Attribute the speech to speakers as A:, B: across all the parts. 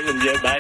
A: Geneviève. Bye.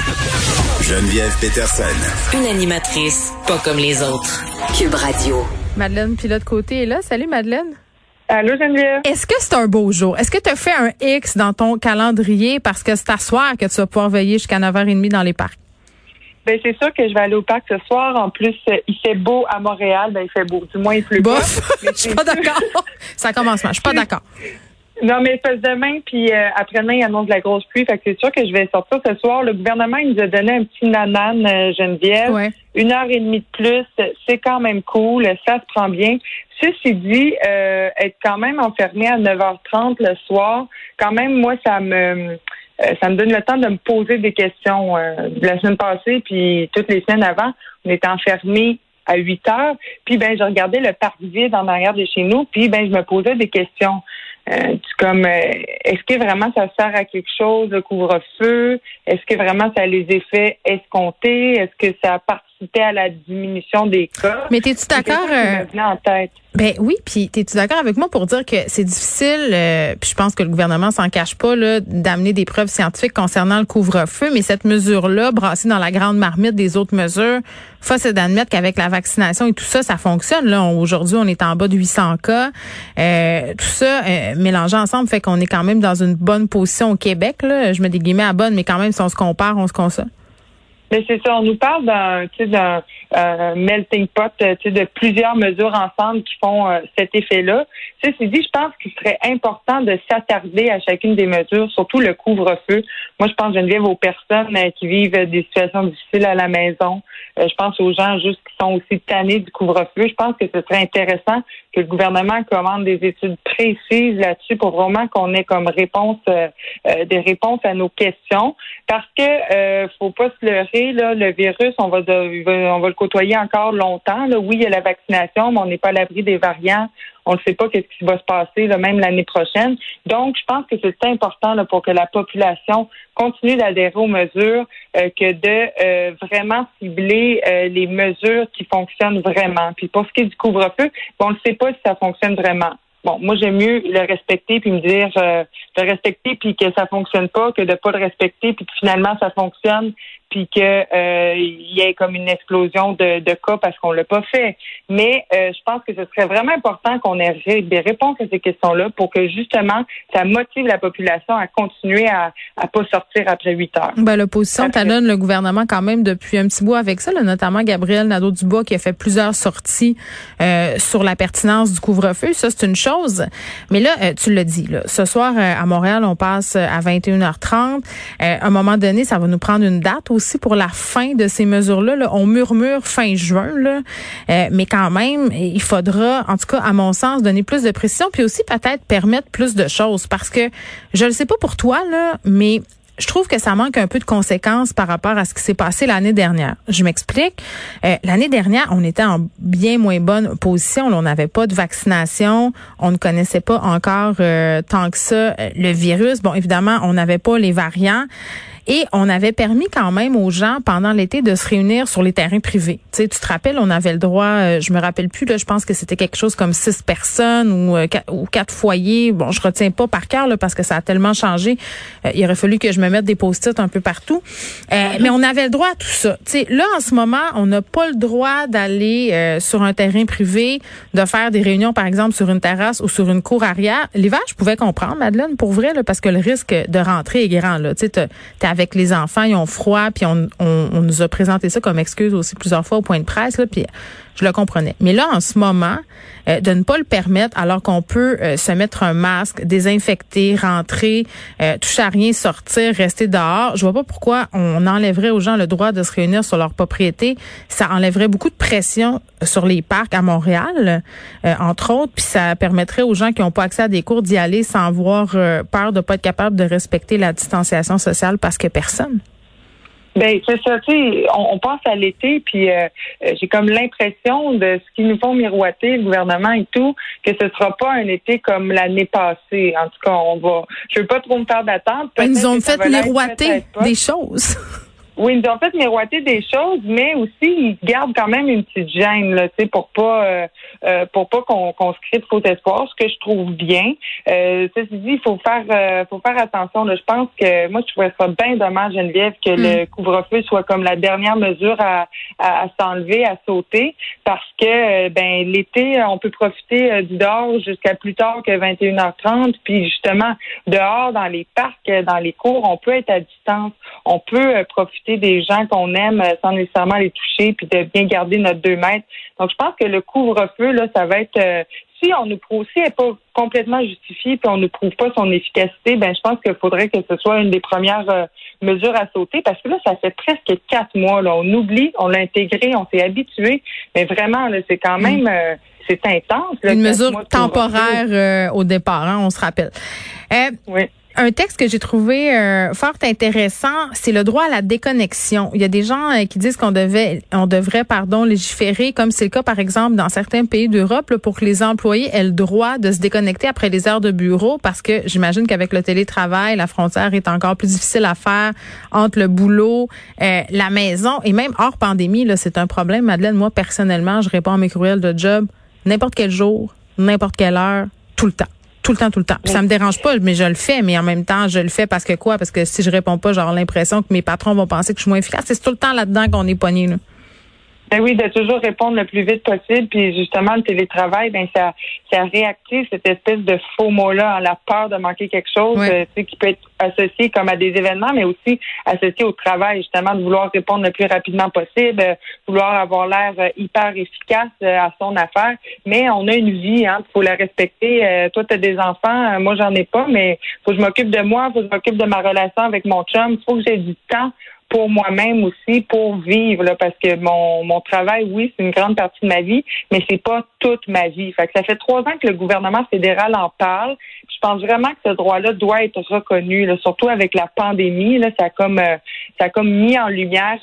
B: Geneviève Peterson.
C: Une animatrice pas comme les autres. Cube Radio.
D: Madeleine Pilote-Côté est là. Salut, Madeleine.
E: Allô, Geneviève.
D: Est-ce que c'est un beau jour? Est-ce que tu as fait un X dans ton calendrier parce que c'est à soir que tu vas pouvoir veiller jusqu'à 9h30 dans les parcs?
E: Ben, c'est sûr que je vais aller au parc ce soir. En plus, il fait beau à Montréal. Ben, il fait beau. Du moins, il pleut pas.
D: Je suis pas d'accord. Ça commence mal. Je suis pas d'accord.
E: Non, mais il fait demain, puis après-demain, il annonce de la grosse pluie. Fait que c'est sûr que je vais sortir ce soir. Le gouvernement, il nous a donné un petit nanane, Geneviève.
D: Ouais.
E: 1h30 de plus. C'est quand même cool. Ça se prend bien. Ceci dit, être quand même enfermé à 9h30 le soir, quand même, moi, ça me donne le temps de me poser des questions. La semaine passée, puis toutes les semaines avant, on était enfermés à 8h. Puis, ben, je regardais le parc vide en arrière de chez nous. Puis, ben, je me posais des questions. Comme, est-ce que vraiment ça sert à quelque chose, le couvre-feu? Est-ce que vraiment ça a les effets escomptés? Est-ce que ça a participé à la diminution des cas?
D: Mais t'es-tu d'accord?
E: Ça me venait en tête.
D: Ben oui, puis t'es-tu d'accord avec moi pour dire que c'est difficile, puis je pense que le gouvernement s'en cache pas, là, d'amener des preuves scientifiques concernant le couvre-feu, mais cette mesure-là, brassée dans la grande marmite des autres mesures, force est d'admettre qu'avec la vaccination et tout ça, ça fonctionne. Là, aujourd'hui, on est en bas de 800 cas. Tout ça, mélangé ensemble, fait qu'on est quand même dans une bonne position au Québec. Là. Je mets des guillemets à bonne, mais quand même, si on se compare, on se console.
E: Mais c'est ça, on nous parle d'un melting pot, de plusieurs mesures ensemble qui font cet effet-là. C'est dit, je pense qu'il serait important de s'attarder à chacune des mesures, surtout le couvre-feu. Moi, je pense, Geneviève, aux personnes qui vivent des situations difficiles à la maison. Je pense aux gens juste qui sont aussi tannés du couvre-feu. Je pense que ce serait intéressant que le gouvernement commande des études précises là-dessus pour vraiment qu'on ait comme réponse des réponses à nos questions. Parce que faut pas se leurrer, là, le virus, on va le côtoyer encore longtemps. Là. Oui, il y a la vaccination, mais on n'est pas à l'abri des variants. On ne sait pas qu'est-ce qui va se passer là, même l'année prochaine. Donc, je pense que c'est important là, pour que la population continue d'adhérer aux mesures, que de vraiment cibler les mesures qui fonctionnent vraiment. Puis pour ce qui est du couvre-feu, on ne sait pas si ça fonctionne vraiment. Bon, moi, j'aime mieux le respecter puis me dire de respecter puis que ça fonctionne pas que de pas le respecter puis que finalement ça fonctionne puis que il y ait comme une explosion de cas parce qu'on l'a pas fait. Mais je pense que ce serait vraiment important qu'on ait des réponses à ces questions-là pour que justement ça motive la population à continuer à pas sortir après 8 heures.
D: Ben, l'opposition talonne le gouvernement quand même depuis un petit bout avec ça, là, notamment Gabriel Nadeau-Dubois qui a fait plusieurs sorties sur la pertinence du couvre-feu. Ça, c'est une chose. Mais là, tu l'as dit, là, ce soir à Montréal, on passe à 21h30. À un moment donné, ça va nous prendre une date aussi pour la fin de ces mesures-là. Là. On murmure fin juin, là. Mais quand même, il faudra, en tout cas, à mon sens, donner plus de précision, puis aussi peut-être permettre plus de choses. Parce que, je ne sais pas pour toi, là, mais je trouve que ça manque un peu de conséquences par rapport à ce qui s'est passé l'année dernière. Je m'explique. L'année dernière, on était en bien moins bonne position. On n'avait pas de vaccination. On ne connaissait pas encore tant que ça le virus. Bon, évidemment, on n'avait pas les variants. Et on avait permis quand même aux gens pendant l'été de se réunir sur les terrains privés. Tu sais, tu te rappelles, on avait le droit, je me rappelle plus, là, je pense que c'était quelque chose comme 6 personnes ou 4 foyers. Bon, je retiens pas par cœur là, parce que ça a tellement changé. Il aurait fallu que je me mette des post-it un peu partout. Mais on avait le droit à tout ça. Tu sais, là, en ce moment, on n'a pas le droit d'aller sur un terrain privé, de faire des réunions, par exemple, sur une terrasse ou sur une cour arrière. L'hiver, je pouvais comprendre, Madeleine, pour vrai, là, parce que le risque de rentrer est grand. Là. Tu sais, t'es avec les enfants, ils ont froid, puis on nous a présenté ça comme excuse aussi plusieurs fois au point de presse, là, puis je le comprenais. Mais là, en ce moment, de ne pas le permettre, alors qu'on peut se mettre un masque, désinfecter, rentrer, toucher à rien, sortir, rester dehors, je vois pas pourquoi on enlèverait aux gens le droit de se réunir sur leur propriété. Ça enlèverait beaucoup de pression sur les parcs à Montréal, entre autres, puis ça permettrait aux gens qui n'ont pas accès à des cours d'y aller sans avoir peur de pas être capable de respecter la distanciation sociale parce que personne.
E: Ben c'est ça, tu sais, on pense à l'été, puis j'ai comme l'impression de ce qu'ils nous font miroiter, le gouvernement et tout, que ce sera pas un été comme l'année passée. En tout cas, je veux pas trop me faire d'attente.
D: Ils nous ont fait miroiter des choses.
E: Oui, ils nous ont fait miroiter des choses, mais aussi ils gardent quand même une petite gêne, là, tu sais, pour pas qu'on se crée de faux espoirs, ce que je trouve bien. Ceci dit, il faut faire attention. Là. Je pense que moi, je trouverais ça bien dommage, Geneviève, que le couvre-feu soit comme la dernière mesure à s'enlever, à sauter, parce que l'été, on peut profiter du dehors jusqu'à plus tard que 21h30, puis justement, dehors, dans les parcs, dans les cours, on peut être à distance, on peut profiter des gens qu'on aime sans nécessairement les toucher, puis de bien garder notre 2 mètres. Donc, je pense que le couvre-feu, là, ça va être... si on nous prouve, si elle n'est pas complètement justifiée, puis on ne prouve pas son efficacité, je pense qu'il faudrait que ce soit une des premières mesures à sauter, parce que là, ça fait presque 4 mois. Là, on oublie, on l'a intégré, on s'est habitué, mais vraiment, là, c'est quand même... c'est intense. Là,
D: une mesure temporaire au départ, on se rappelle.
E: Oui.
D: Un texte que j'ai trouvé fort intéressant, c'est le droit à la déconnexion. Il y a des gens qui disent qu'on devrait légiférer, comme c'est le cas par exemple dans certains pays d'Europe, là, pour que les employés aient le droit de se déconnecter après les heures de bureau, parce que j'imagine qu'avec le télétravail, la frontière est encore plus difficile à faire entre le boulot, la maison, et même hors pandémie, là, c'est un problème. Madeleine, moi personnellement, je réponds à mes courriels de job n'importe quel jour, n'importe quelle heure, tout le temps. Tout le temps. Puis ça me dérange pas, mais je le fais, mais en même temps, je le fais parce que quoi? Parce que si je réponds pas, j'aurai l'impression que mes patrons vont penser que je suis moins efficace. C'est tout le temps là-dedans qu'on est pogné, là.
E: Ben oui, de toujours répondre le plus vite possible. Puis justement, le télétravail, ça réactive cette espèce de faux mot-là, la peur de manquer quelque chose, qui peut être associé comme à des événements, mais aussi associé au travail, justement, de vouloir répondre le plus rapidement possible, vouloir avoir l'air hyper efficace à son affaire. Mais on a une vie, il faut la respecter. Toi, tu as des enfants, moi, j'en ai pas, mais faut que je m'occupe de moi, faut que je m'occupe de ma relation avec mon chum, il faut que j'ai du temps pour moi-même aussi, pour vivre, là, parce que mon travail, oui, c'est une grande partie de ma vie, mais c'est pas toute ma vie. Fait que ça fait 3 ans que le gouvernement fédéral en parle. Je pense vraiment que ce droit-là doit être reconnu, là, surtout avec la pandémie. Là, ça a comme mis en lumière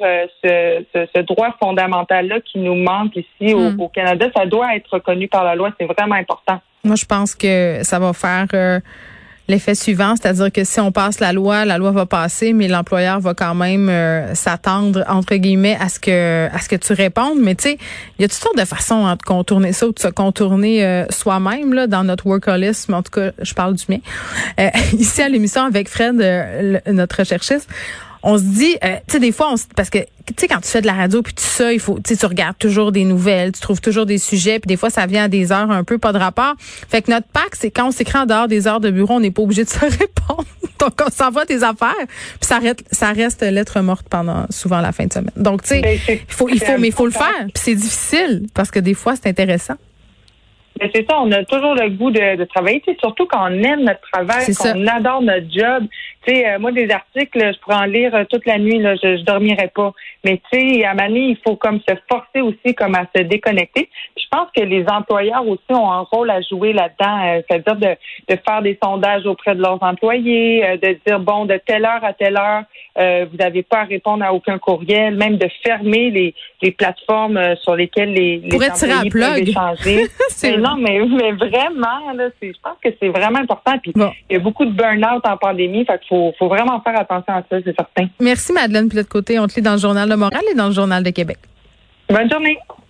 E: ce droit fondamental-là qui nous manque ici au Canada. Ça doit être reconnu par la loi. C'est vraiment important.
D: Moi, je pense que ça va faire l'effet suivant, c'est-à-dire que si on passe la loi va passer, mais l'employeur va quand même s'attendre, entre guillemets, à ce que tu répondes. Mais tu sais, il y a toutes sortes de façons de contourner ça ou de se contourner soi-même là dans notre workaholisme. En tout cas, je parle du mien. Ici à l'émission avec Fred, notre recherchiste, on se dit, tu sais, des fois, parce que, tu sais, quand tu fais de la radio, puis tout ça, il faut, tu sais, tu regardes toujours des nouvelles, tu trouves toujours des sujets, puis des fois, ça vient à des heures un peu pas de rapport. Fait que notre pacte, c'est quand on s'écrit en dehors des heures de bureau, on n'est pas obligé de se répondre. Donc, on s'envoie des affaires, puis ça reste lettre morte pendant souvent la fin de semaine. Donc, tu sais, il faut le faire. Puis c'est difficile, parce que des fois, c'est intéressant.
E: Mais c'est ça, on a toujours le goût de travailler, tu sais, surtout quand on aime notre travail, qu'on adore notre job. Tu sais, moi, des articles, je pourrais en lire toute la nuit, là, je dormirais pas. Mais tu sais, à un moment donné, il faut comme se forcer aussi comme à se déconnecter. Puis je pense que les employeurs aussi ont un rôle à jouer là-dedans, c'est-à-dire de faire des sondages auprès de leurs employés, de dire, bon, de telle heure à telle heure, vous n'avez pas à répondre à aucun courriel, même de fermer les plateformes sur lesquelles les employés peuvent échanger. Non, mais vraiment, là, je pense que c'est vraiment important. Puis il y a beaucoup de burn-out en pandémie, fait qu'il faut vraiment faire attention à ça, c'est certain.
D: Merci Madeleine. Puis de l'autre côté, on te lit dans le Journal de Montréal et dans le Journal de Québec.
E: Bonne journée.